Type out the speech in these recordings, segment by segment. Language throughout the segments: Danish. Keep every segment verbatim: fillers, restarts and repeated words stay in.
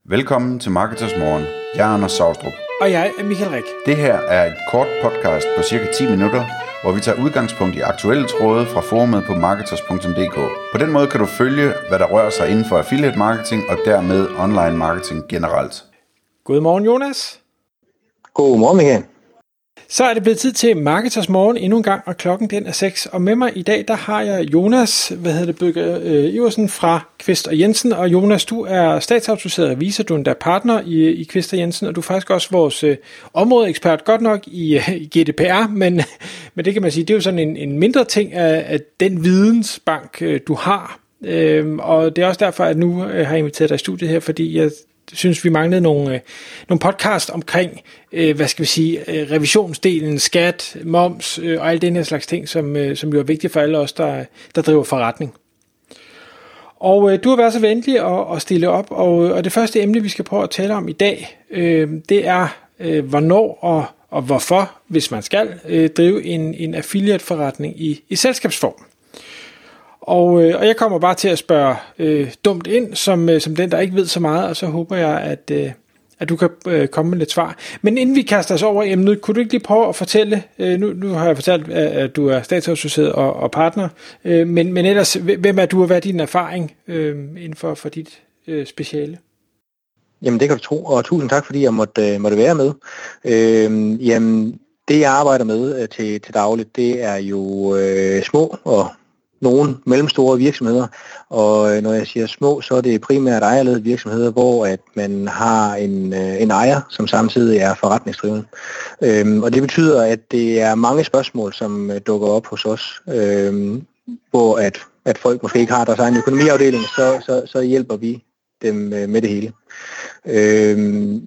Velkommen til Marketers Morgen. Jeg er Anders Saustrup. Og jeg er Michael Rik. Det her er et kort podcast på cirka ti minutter, hvor vi tager udgangspunkt i aktuelle tråde fra forumet på marketers punktum d k. På den måde kan du følge, hvad der rører sig inden for affiliate marketing og dermed online marketing generelt. Godmorgen, Jonas. Godmorgen, Michael. Så er det blevet tid til Marketers Morgen endnu en gang, og klokken den er seks. Og med mig i dag, der har jeg Jonas, hvad hedder det, Bøger øh, Iversen fra Kvist og Jensen. Og Jonas, du er statsautoriseret revisor, du er endda partner i, i Kvist og Jensen, og du er faktisk også vores øh, områdeekspert, godt nok i, øh, i G D P R, men, men det kan man sige, det er jo sådan en, en mindre ting af, af den vidensbank, øh, du har. Øh, og det er også derfor, at nu øh, har jeg inviteret dig i studiet her, fordi jeg synes, vi manglede nogle, øh, nogle podcast omkring, øh, hvad skal vi sige, øh, revisionsdelen, skat, moms øh, og alle den her slags ting, som, øh, som jo er vigtige for alle os, der, der driver forretning. Og øh, du har været så venlig at, at stille op, og, og det første emne, vi skal prøve at tale om i dag, øh, det er, øh, hvornår og, og hvorfor, hvis man skal, øh, drive en, en affiliate-forretning i, i selskabsform. Og, øh, og jeg kommer bare til at spørge øh, dumt ind, som, øh, som den, der ikke ved så meget, og så håber jeg, at, øh, at du kan øh, komme med lidt svar. Men inden vi kaster os over emnet, kunne du ikke lige prøve at fortælle, øh, nu, nu har jeg fortalt, at du er statsautoriseret og, og partner, øh, men, men ellers, hvem er du, og hvad er din erfaring øh, inden for, for dit øh, speciale? Jamen det kan du tro, og tusind tak, fordi jeg måtte, måtte være med. Øh, jamen, det jeg arbejder med til, til dagligt, det er jo øh, små og nogle mellemstore virksomheder, og når jeg siger små, så er det primært ejerledede virksomheder, hvor at man har en, en ejer, som samtidig er forretningsdrivende. Øhm, og det betyder, at det er mange spørgsmål, som dukker op hos os, øhm, hvor at, at folk måske ikke har deres egen økonomiafdeling, så, så, så hjælper vi dem med det hele. Øhm,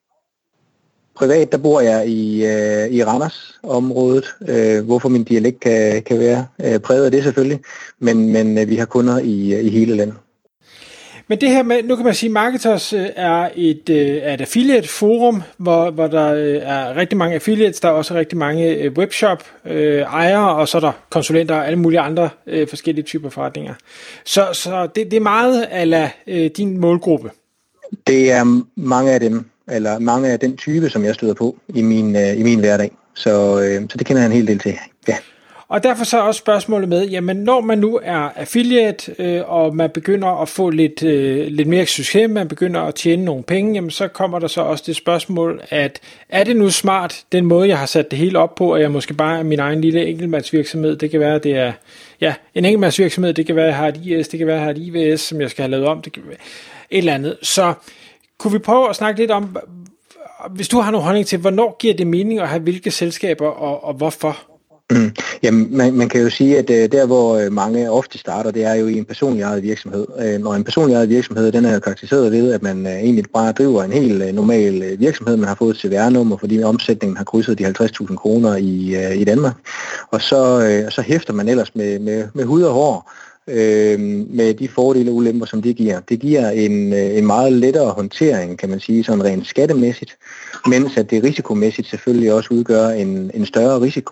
Privat, der bor jeg i, øh, i Randers-området, øh, hvorfor min dialekt kan, kan være øh, præget af det selvfølgelig, men, men øh, vi har kunder i, i hele landet. Men det her med, nu kan man sige, Marketers øh, er et, øh, er et affiliate-forum, hvor, hvor der øh, er rigtig mange affiliates, der er også rigtig mange øh, webshop-ejere, øh, og så er der konsulenter og alle mulige andre øh, forskellige typer forretninger. Så, så det, det er meget ala øh, din målgruppe. Det er mange af dem. eller mange af den type, som jeg støder på i min, øh, i min hverdag. Så, øh, så det kender jeg en hel del til. Ja. Og derfor så også spørgsmålet med, jamen når man nu er affiliate, øh, og man begynder at få lidt, øh, lidt mere succes, man begynder at tjene nogle penge, jamen så kommer der så også det spørgsmål, at er det nu smart, den måde jeg har sat det hele op på, at jeg måske bare er min egen lille enkeltmandsvirksomhed, det kan være, at det er ja, en enkeltmandsvirksomhed, det kan være, at jeg har et I S, det kan være, at jeg har et I V S, som jeg skal have lavet om, det kan være et eller andet. Så kunne vi prøve at snakke lidt om, hvis du har nogle holdning til, hvornår giver det mening at have hvilke selskaber, og, og hvorfor? Mm. Jamen, man, man kan jo sige, at uh, der hvor mange ofte starter, det er jo i en personlig ejet virksomhed. Uh, når en personlig ejet virksomhed, den er karakteriseret ved, at man uh, egentlig bare driver en helt uh, normal uh, virksomhed. Man har fået et C V R-nummer, fordi omsætningen har krydset de halvtreds tusind kroner i, uh, i Danmark. Og så, uh, så hæfter man ellers med, med, med hud og hår, Øh, med de fordele og ulemper, som det giver. Det giver en, en meget lettere håndtering, kan man sige, sådan rent skattemæssigt, mens at det risikomæssigt selvfølgelig også udgør en, en større risiko,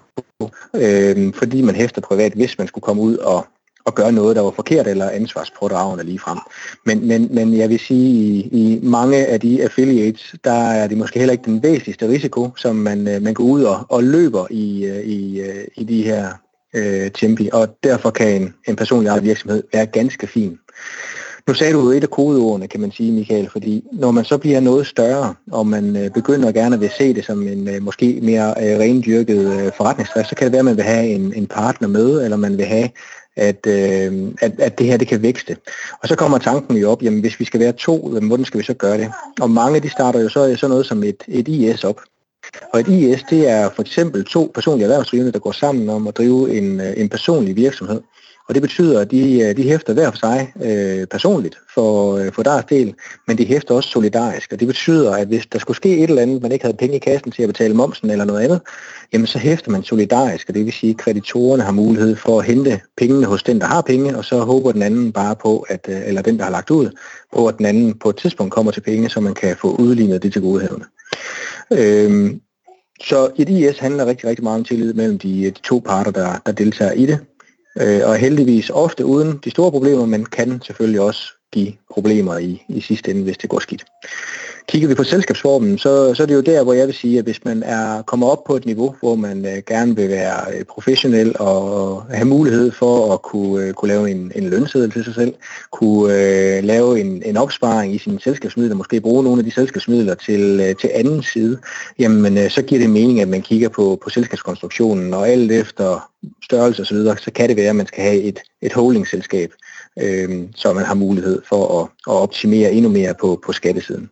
øh, fordi man hæfter privat, hvis man skulle komme ud og, og gøre noget, der var forkert eller ansvarspådragende ligefrem. Men, men, men jeg vil sige, i, i mange af de affiliates, der er det måske heller ikke den væsentligste risiko, som man, man går ud og, og løber i, i, i de her Øh, tempi, og derfor kan en, en personlig ejet virksomhed være ganske fin. Nu sagde du jo et af kodeordene, kan man sige, Michael, fordi når man så bliver noget større, og man øh, begynder gerne at se det som en øh, måske mere øh, rendyrket øh, forretningsdrift, så kan det være, at man vil have en, en partner med, eller man vil have, at, øh, at, at det her det kan vækste. Og så kommer tanken jo op, jamen hvis vi skal være to, jamen, hvordan skal vi så gøre det? Og mange de starter jo så sådan noget som et, et I S op. Og et I S, det er for eksempel to personlige erhvervsdrivende, der går sammen om at drive en, en personlig virksomhed. Og det betyder, at de, de hæfter hver for sig øh, personligt for, for deres del, men de hæfter også solidarisk. Og det betyder, at hvis der skulle ske et eller andet, man ikke havde penge i kassen til at betale momsen eller noget andet, jamen så hæfter man solidarisk, og det vil sige, at kreditorerne har mulighed for at hente pengene hos den, der har penge, og så håber den anden bare på, at, eller den, der har lagt ud, på at den anden på et tidspunkt kommer til penge, så man kan få udlignet det til godehavende. Øhm, så et I S handler rigtig, rigtig meget om tillid mellem de, de to parter, der, der deltager i det. Øh, og heldigvis ofte uden de store problemer, men kan selvfølgelig også give problemer i, i sidste ende, hvis det går skidt. Kigger vi på selskabsformen, så, så er det jo der, hvor jeg vil sige, at hvis man er kommer op på et niveau, hvor man øh, gerne vil være øh, professionel og have mulighed for at kunne, øh, kunne lave en, en lønseddel til sig selv, kunne øh, lave en, en opsparing i sine selskabsmidler, måske bruge nogle af de selskabsmidler til, øh, til anden side, jamen øh, så giver det mening, at man kigger på, på selskabskonstruktionen, og alt efter størrelse osv., så, så kan det være, at man skal have et, et holdingselskab, øh, så man har mulighed for at, at optimere endnu mere på, på skattesiden.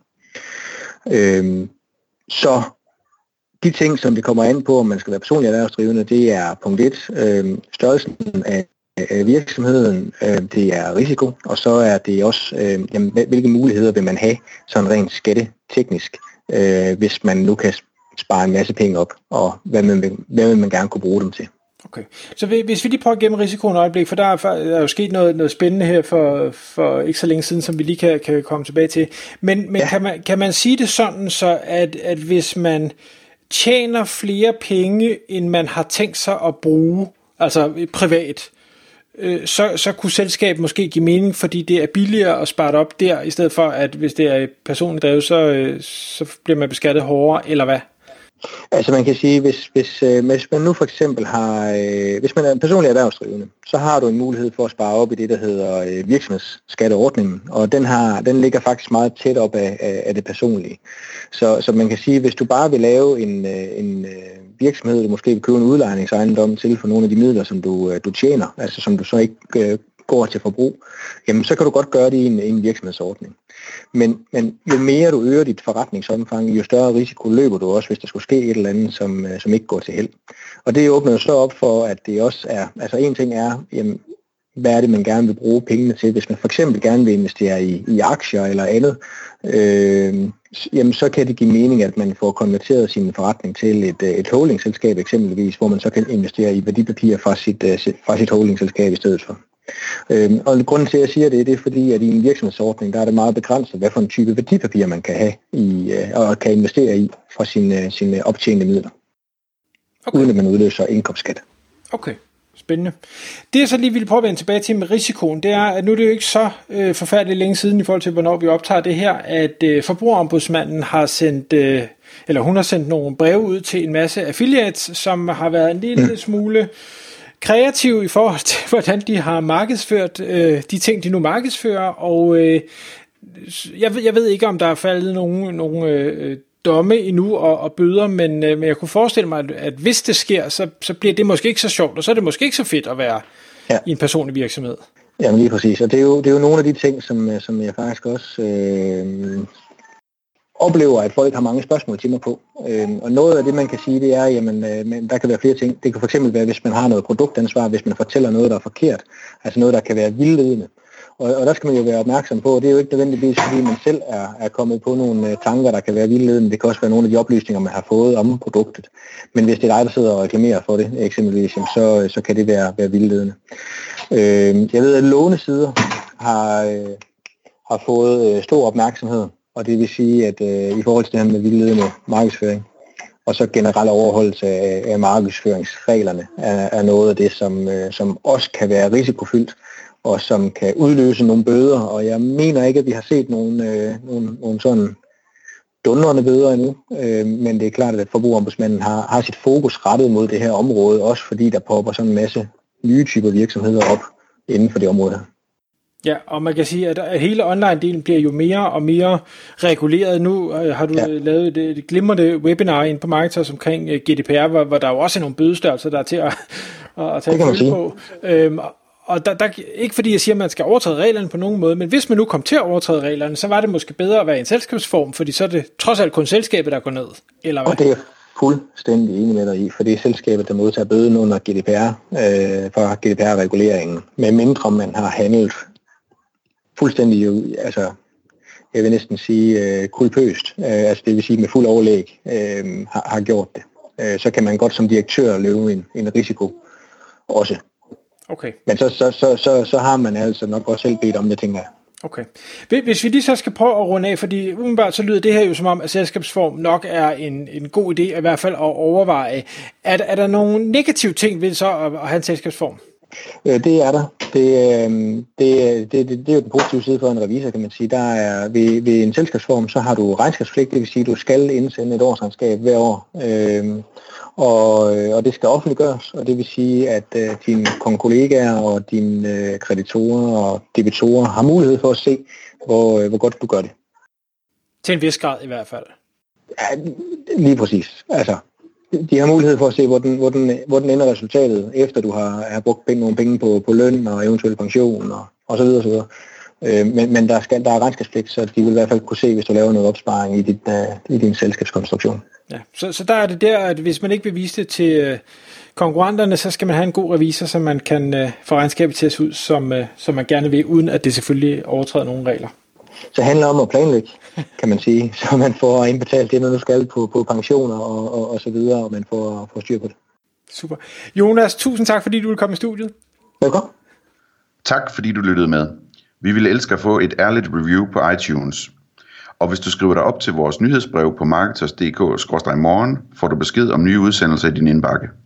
Øhm, så de ting, som det kommer an på, om man skal være personlig erhvervsdrivende, det er punkt et, øhm, størrelsen af, af virksomheden, øhm, det er risiko, og så er det også, øhm, jamen, hvilke muligheder vil man have, sådan rent skatteteknisk, øh, hvis man nu kan spare en masse penge op, og hvad, man, hvad vil man gerne kunne bruge dem til. Okay, så hvis vi lige prøver at gemme risikoen et øjeblik, for der er, der er jo sket noget, noget spændende her for, for ikke så længe siden, som vi lige kan, kan komme tilbage til. Men, men ja. kan, man, kan man sige det sådan, så at, at hvis man tjener flere penge, end man har tænkt sig at bruge, altså privat, øh, så, så kunne selskabet måske give mening, fordi det er billigere at spare det op der, i stedet for at hvis det er personligt drevet, så, øh, så bliver man beskattet hårdere, eller hvad? Altså man kan sige, hvis, hvis, øh, hvis man nu for eksempel har, øh, hvis man er en personlig erhvervsdrivende, så har du en mulighed for at spare op i det, der hedder øh, virksomhedsskatteordningen, og den, har, den ligger faktisk meget tæt op af, af, af det personlige. Så, så man kan sige, hvis du bare vil lave en, øh, en øh, virksomhed, du måske vil købe en udlejningsejendom til for nogle af de midler, som du, øh, du tjener, altså som du så ikke øh, går til forbrug, jamen så kan du godt gøre det i en, en virksomhedsordning. Men, men jo mere du øger dit forretningsomfang, jo større risiko løber du også, hvis der skulle ske et eller andet, som, som ikke går til held. Og det åbner jo så op for, at det også er, altså en ting er, jamen, hvad er det, man gerne vil bruge pengene til? Hvis man for eksempel gerne vil investere i, i aktier eller andet, øh, jamen så kan det give mening, at man får konverteret sin forretning til et, et holdingselskab eksempelvis, hvor man så kan investere i værdipapirer fra sit, fra sit holdingselskab i stedet for. Øhm, og grunden til, at jeg siger det, det er fordi, at i en virksomhedsordning, der er det meget begrænset, hvad for en type værdipapirer man kan have i, øh, og kan investere i fra sine, sine optjente midler, okay. Uden at man udløser indkomstskat. Okay, spændende. Det jeg så lige ville prøve at vende tilbage til med risikoen, det er, at nu er det jo ikke så øh, forfærdeligt længe siden, i forhold til, hvornår vi optager det her, at øh, forbrugerombudsmanden har sendt, øh, eller hun har sendt nogle breve ud til en masse affiliates, som har været en lille mm. smule kreativ i forhold til, hvordan de har markedsført øh, de ting, de nu markedsfører, og øh, jeg, ved, jeg ved ikke, om der er faldet nogen, nogen øh, domme endnu og, og bøder, men, øh, men jeg kunne forestille mig, at, at hvis det sker, så, så bliver det måske ikke så sjovt, og så er det måske ikke så fedt at være ja. i en personlig virksomhed. Jamen lige præcis, og det er jo, det er jo nogle af de ting, som, som jeg faktisk også øh, oplever, at folk har mange spørgsmål til mig på. Øhm, og noget af det, man kan sige, det er, jamen, øh, men der kan være flere ting. Det kan fx være, hvis man har noget produktansvar, hvis man fortæller noget, der er forkert. Altså noget, der kan være vildledende. Og, og der skal man jo være opmærksom på, og det er jo ikke nødvendigvis, fordi man selv er, er kommet på nogle øh, tanker, der kan være vildledende. Det kan også være nogle af de oplysninger, man har fået om produktet. Men hvis det er dig, der sidder og reklamerer for det, eksempelvis, jamen, så, så kan det være, være vildledende. Øh, jeg ved, at lånesider har, øh, har fået øh, stor opmærksomhed. Og det vil sige, at øh, i forhold til det her med vildledende markedsføring, og så generel overholdelse af, af markedsføringsreglerne, er, er noget af det, som, øh, som også kan være risikofyldt, og som kan udløse nogle bøder. Og jeg mener ikke, at vi har set nogle, øh, nogle, nogle sådan dundrende bøder endnu, øh, men det er klart, at forbrugerombudsmanden har, har sit fokus rettet mod det her område, også fordi der popper sådan en masse nye typer virksomheder op inden for det område her. Ja, og man kan sige, at hele online-delen bliver jo mere og mere reguleret. Nu øh, har du ja. lavet et, et glimrende webinar inde på Marketers omkring øh, G D P R, hvor, hvor der jo også er nogle bødestørrelser, der er til at, at tage følge på. Øhm, og der, der, ikke fordi jeg siger, at man skal overtræde reglerne på nogen måde, men hvis man nu kom til at overtræde reglerne, så var det måske bedre at være i en selskabsform, fordi så er det trods alt kun selskabet, der går ned. Eller hvad? Og det er fuldstændig enig med dig i, for det er selskabet, der modtager bøden under G D P R, øh, for G D P R-reguleringen, med mindre man har handlet fuldstændig, altså, jeg vil næsten sige, øh, kulpøst, øh, altså det vil sige med fuld overlæg, øh, har, har gjort det. Øh, så kan man godt som direktør løbe en, en risiko også. Okay. Men så, så, så, så, så har man altså nok også selv bedt om det, tænker jeg. Okay. Hvis vi lige så skal prøve at runde af, fordi umiddelbart så lyder det her jo som om, at selskabsform nok er en, en god idé, i hvert fald at overveje. Er, er der nogle negative ting ved så at, at have en selskabsform? Øh, det er der. Det, øh, det, det, det, det er jo den positive side for en revisor, kan man sige. Der er, ved, ved en selskabsform, så har du regnskabspligt, det vil sige, at du skal indsende et årsregnskab hver år. Øh, og, og det skal offentliggøres, og det vil sige, at øh, dine kollegaer og dine øh, kreditorer og debitorer har mulighed for at se, hvor, øh, hvor godt du gør det. Til en vis grad i hvert fald. Ja, lige præcis. Altså, de har mulighed for at se, hvor den, hvor den, hvor den ender resultatet, efter du har, har brugt penge, nogle penge på, på løn og eventuel pension og, og så videre, så videre. Øh, men men der, skal, der er regnskabspligt, så de vil i hvert fald kunne se, hvis du laver noget opsparing i, dit, uh, i din selskabskonstruktion. Ja, så, så der er det der, at hvis man ikke vil vise det til uh, konkurrenterne, så skal man have en god revisor, så man kan uh, få regnskabet til at se ud, som, uh, som man gerne vil, uden at det selvfølgelig overtræder nogle regler. Så det handler om at planlægge, kan man sige, så man får indbetalt det, når du skal på, på pensioner og, og, og så videre, og man får, får styr på det. Super. Jonas, tusind tak, fordi du ville komme i studiet. Velkommen. Tak fordi du lyttede med. Vi ville elske at få et ærligt review på iTunes. Og hvis du skriver dig op til vores nyhedsbrev på marketers punktum d k skråstreg morgen, får du besked om nye udsendelser i din indbakke.